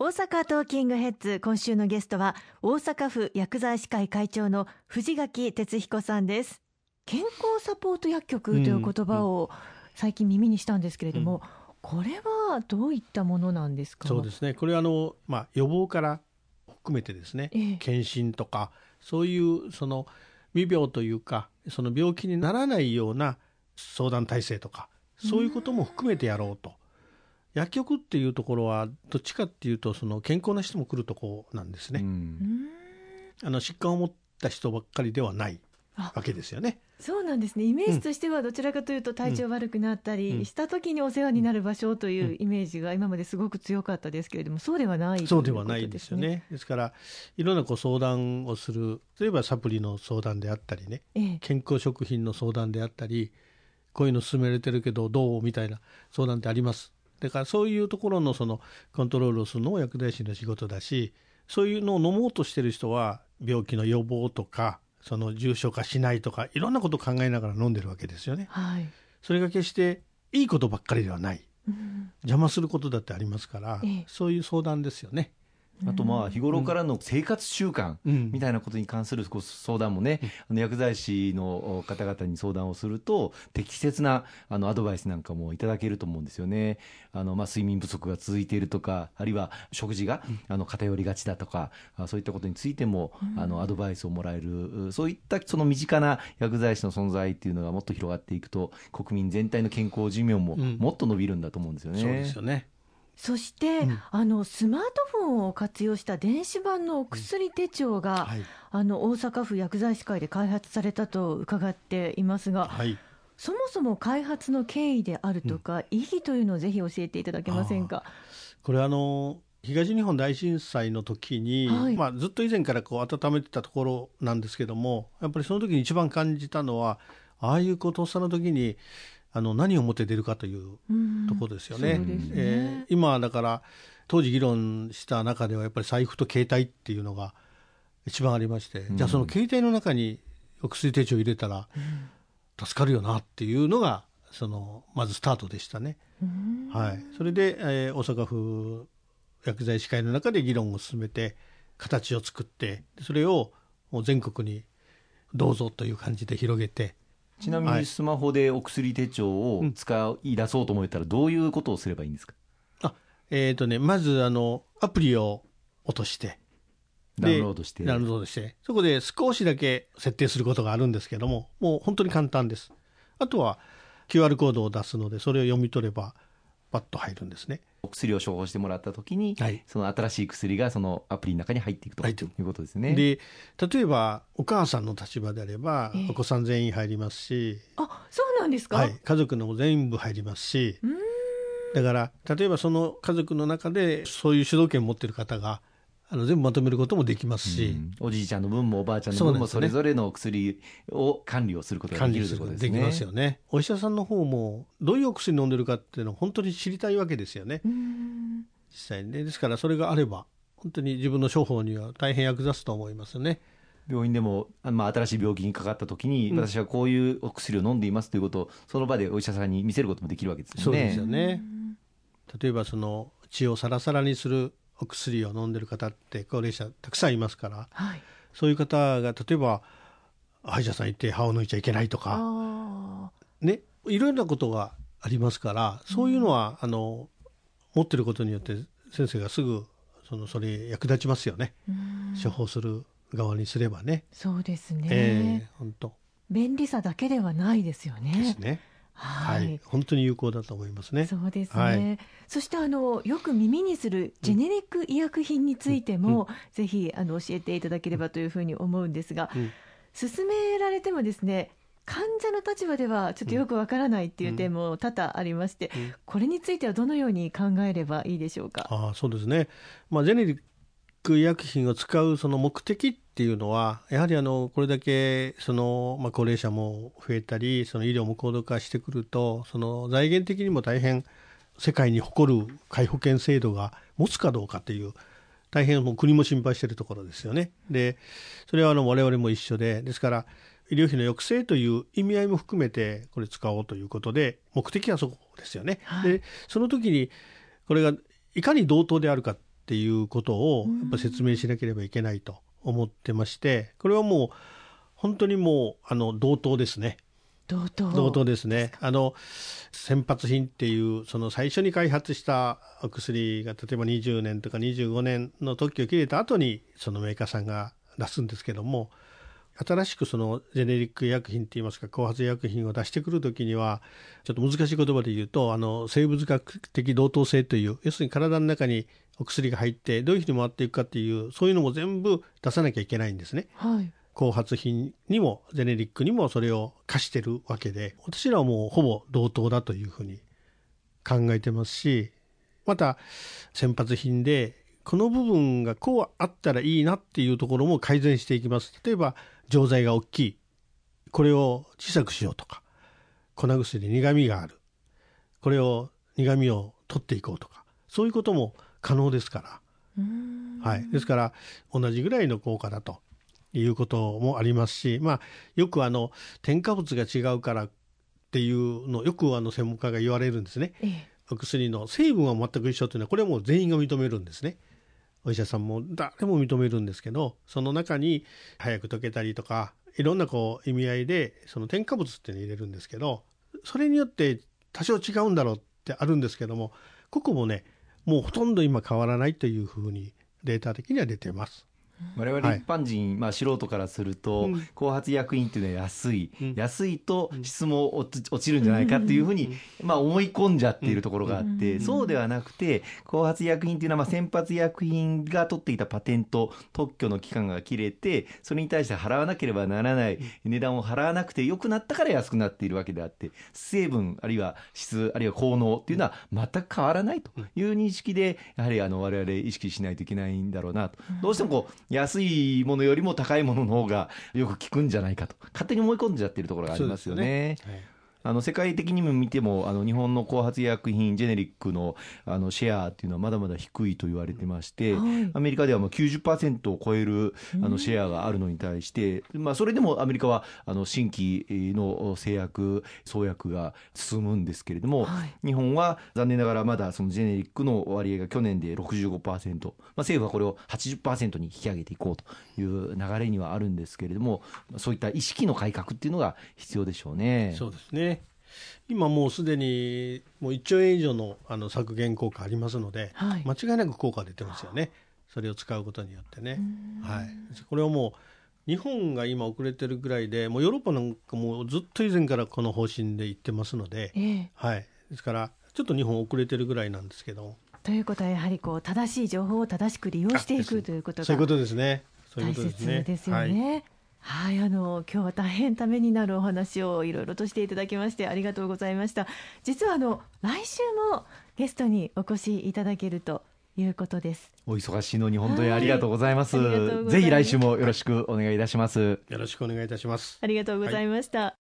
大阪トーキングヘッズ、今週のゲストは大阪府薬剤師会会長の藤垣哲彦さんです。健康サポート薬局という言葉を最近耳にしたんですけれども、これはどういったものなんですか？ そうですね、これは予防から含めてですね、検診とかそういうその未病というかその病気にならないような相談体制とかそういうことも含めてやろうと。薬局っていうところはどっちかっていうとその健康な人も来るところなんですね。疾患を持った人ばっかりではないわけですよね。 そうなんですね。イメージとしてはどちらかというと体調悪くなったりした時にお世話になる場所というイメージが今まですごく強かったですけれども、そうではないということですね。 そうではないですよね。ですからいろんな相談をする、例えばサプリの相談であったりね、健康食品の相談であったり、こういうの勧められてるけどどうみたいな相談ってあります。だからそういうところのそのコントロールをするのも薬剤師の仕事だし、そういうのを飲もうとしてる人は病気の予防とかその重症化しないとかいろんなことを考えながら飲んでるわけですよね。それが決していいことばっかりではない、邪魔することだってありますから、そういう相談ですよね。 あと日頃からの生活習慣みたいなことに関する相談もね、薬剤師の方々に相談をすると適切なアドバイスなんかもいただけると思うんですよね。睡眠不足が続いているとか、あるいは食事が偏りがちだとか、そういったことについてもアドバイスをもらえる、そういったその身近な薬剤師の存在っていうのがもっと広がっていくと国民全体の健康寿命ももっと伸びるんだと思うんですよね。 そうですよね。 そして、スマートフォンを活用した電子版のお薬手帳が、大阪府薬剤師会で開発されたと伺っていますが、そもそも開発の経緯であるとか、意義というのをぜひ教えていただけませんか？ これ東日本大震災の時に、ずっと以前から温めてたところなんですけども、やっぱりその時に一番感じたのは、ああいうとっさの時に何を持って出るかというところですよね。今だから当時議論した中ではやっぱり財布と携帯っていうのが一番ありまして、じゃあその携帯の中にお薬手帳を入れたら助かるよなっていうのがまずスタートでしたね。それで、大阪府薬剤師会の中で議論を進めて形を作って、それをもう全国にどうぞという感じで広げて。 ちなみにスマホでお薬手帳を使い出そうと思ったらどういうことをすればいいんですか？ まずアプリを落としてダウンロードして、 そこで少しだけ設定することがあるんですけども、もう本当に簡単です。あとは QR コードを出すので、それを読み取ればパッと入るんですね。 お薬を処方してもらったときに、その新しい薬がそのアプリの中に入っていくということですね。 で、例えばお母さんの立場であれば、お子さん全員入りますし、 そうなんですか？ 家族のも全部入りますし、だから例えばその家族の中でそういう主導権を持っている方が全部まとめることもできますし、 おじいちゃんの分もおばあちゃんの分もそれぞれの薬を管理をすることができるということですね。 できますよね。お医者さんの方もどういうお薬飲んでるかっていうのを本当に知りたいわけですよね。実際にね。ですからそれがあれば本当に自分の処方には大変役立つと思いますね。 病院でも、新しい病気にかかったときに、私はこういうお薬を飲んでいますということをその場でお医者さんに見せることもできるわけですよね。 そうですよね。例えば血をサラサラにするお薬を飲んでる方って高齢者たくさんいますから、そういう方が例えば歯医者さん行って歯を抜いちゃいけないとかね、いろいろなことがありますから、そういうのは持ってることによって先生がすぐそれ役立ちますよね。処方する側にすればね。 そうですね。 本当便利さだけではないですよね。 ですね。本当に有効だと思いますね。 そうですね。そしてよく耳にするジェネリック医薬品についても、ぜひ教えていただければというふうに思うんですが、勧められてもですね、患者の立場ではちょっとよくわからないっていう点も多々ありまして、これについてはどのように考えればいいでしょうか？ そうですね。ジェネリック医薬品を使うその目的っていうのは、やはりこれだけ高齢者も増えたり、医療も高度化してくると、財源的にも大変世界に誇る皆保険制度が持つかどうかという大変もう国も心配しているところですよね。でそれは我々も一緒で、ですから医療費の抑制という意味合いも含めてこれ使おうということで、目的はそこですよね。でその時にこれがいかに同等であるかっっていうことをやっぱ説明しなければいけないと思ってまして、これはもう本当にもう同等ですね。同等ですね。先発品っていうその最初に開発したお薬が例えば20年とか25年の特許を切れた後にそのメーカーさんが出すんですけども、新しくそのジェネリック医薬品っていいますか後発医薬品を出してくるときにはちょっと難しい言葉で言うと生物学的同等性という、要するに体の中にお薬が入ってどういうふうに回っていくかっていうそういうのも全部出さなきゃいけないんですね。はい、後発品にもジェネリックにもそれを課してるわけで、私らはもうほぼ同等だというふうに考えてますし、また先発品でこの部分がこうあったらいいなっていうところも改善していきます。例えば錠剤が大きい、これを小さくしようとか、粉薬苦味がある、これを苦味を取っていこうとか、そういうことも可能ですから、はい、ですから同じぐらいの効果だということもありますし、よく添加物が違うからっていうのをよく専門家が言われるんですね。お薬の成分は全く一緒というのはこれはもう全員が認めるんですね。お医者さんも誰も認めるんですけど、その中に早く溶けたりとかいろんな意味合いでその添加物っていうのを入れるんですけど、それによって多少違うんだろうってあるんですけども、ここもねもうほとんど今変わらないというふうにデータ的には出ています。 我々一般人、素人からすると、後発医薬品っていうのは安いと質も落ちるんじゃないかっていうふうに、思い込んじゃっているところがあって、そうではなくて後発医薬品っていうのは先発医薬品が取っていたパテント特許の期間が切れて、それに対して払わなければならない値段を払わなくて良くなったから安くなっているわけであって、成分あるいは質あるいは効能っていうのは全く変わらないという認識でやはり我々意識しないといけないんだろうなと。どうしても安いものよりも高いものの方がよく効くんじゃないかと勝手に思い込んじゃっているところがありますよね。世界的にも見ても日本の後発医薬品ジェネリックのシェアっていうのはまだまだ低いと言われてまして、アメリカではもう 90% を超えるシェアがあるのに対して、それでもアメリカは新規の製薬創薬が進むんですけれども、日本は残念ながらまだそのジェネリックの割合が去年で 65%、政府はこれを 80% に引き上げていこうという流れにはあるんですけれども、そういった意識の改革っていうのが必要でしょうね。 そうですね。今もうすでにもう1兆円以上の削減効果ありますので、間違いなく効果が出てますよね。それを使うことによってね。これはもう日本が今遅れてるぐらいで、もうヨーロッパなんかもずっと以前からこの方針で言ってますので、ですからちょっと日本遅れてるぐらいなんですけど。 ということはやはり正しい情報を正しく利用していくということがそういうことですね。 大切ですよね。今日は大変ためになるお話をいろいろとしていただきましてありがとうございました。実は来週もゲストにお越しいただけるということです。 お忙しいのに本当にありがとうございます。ぜひ来週もよろしくお願いいたします。 よろしくお願いいたします。 ありがとうございました。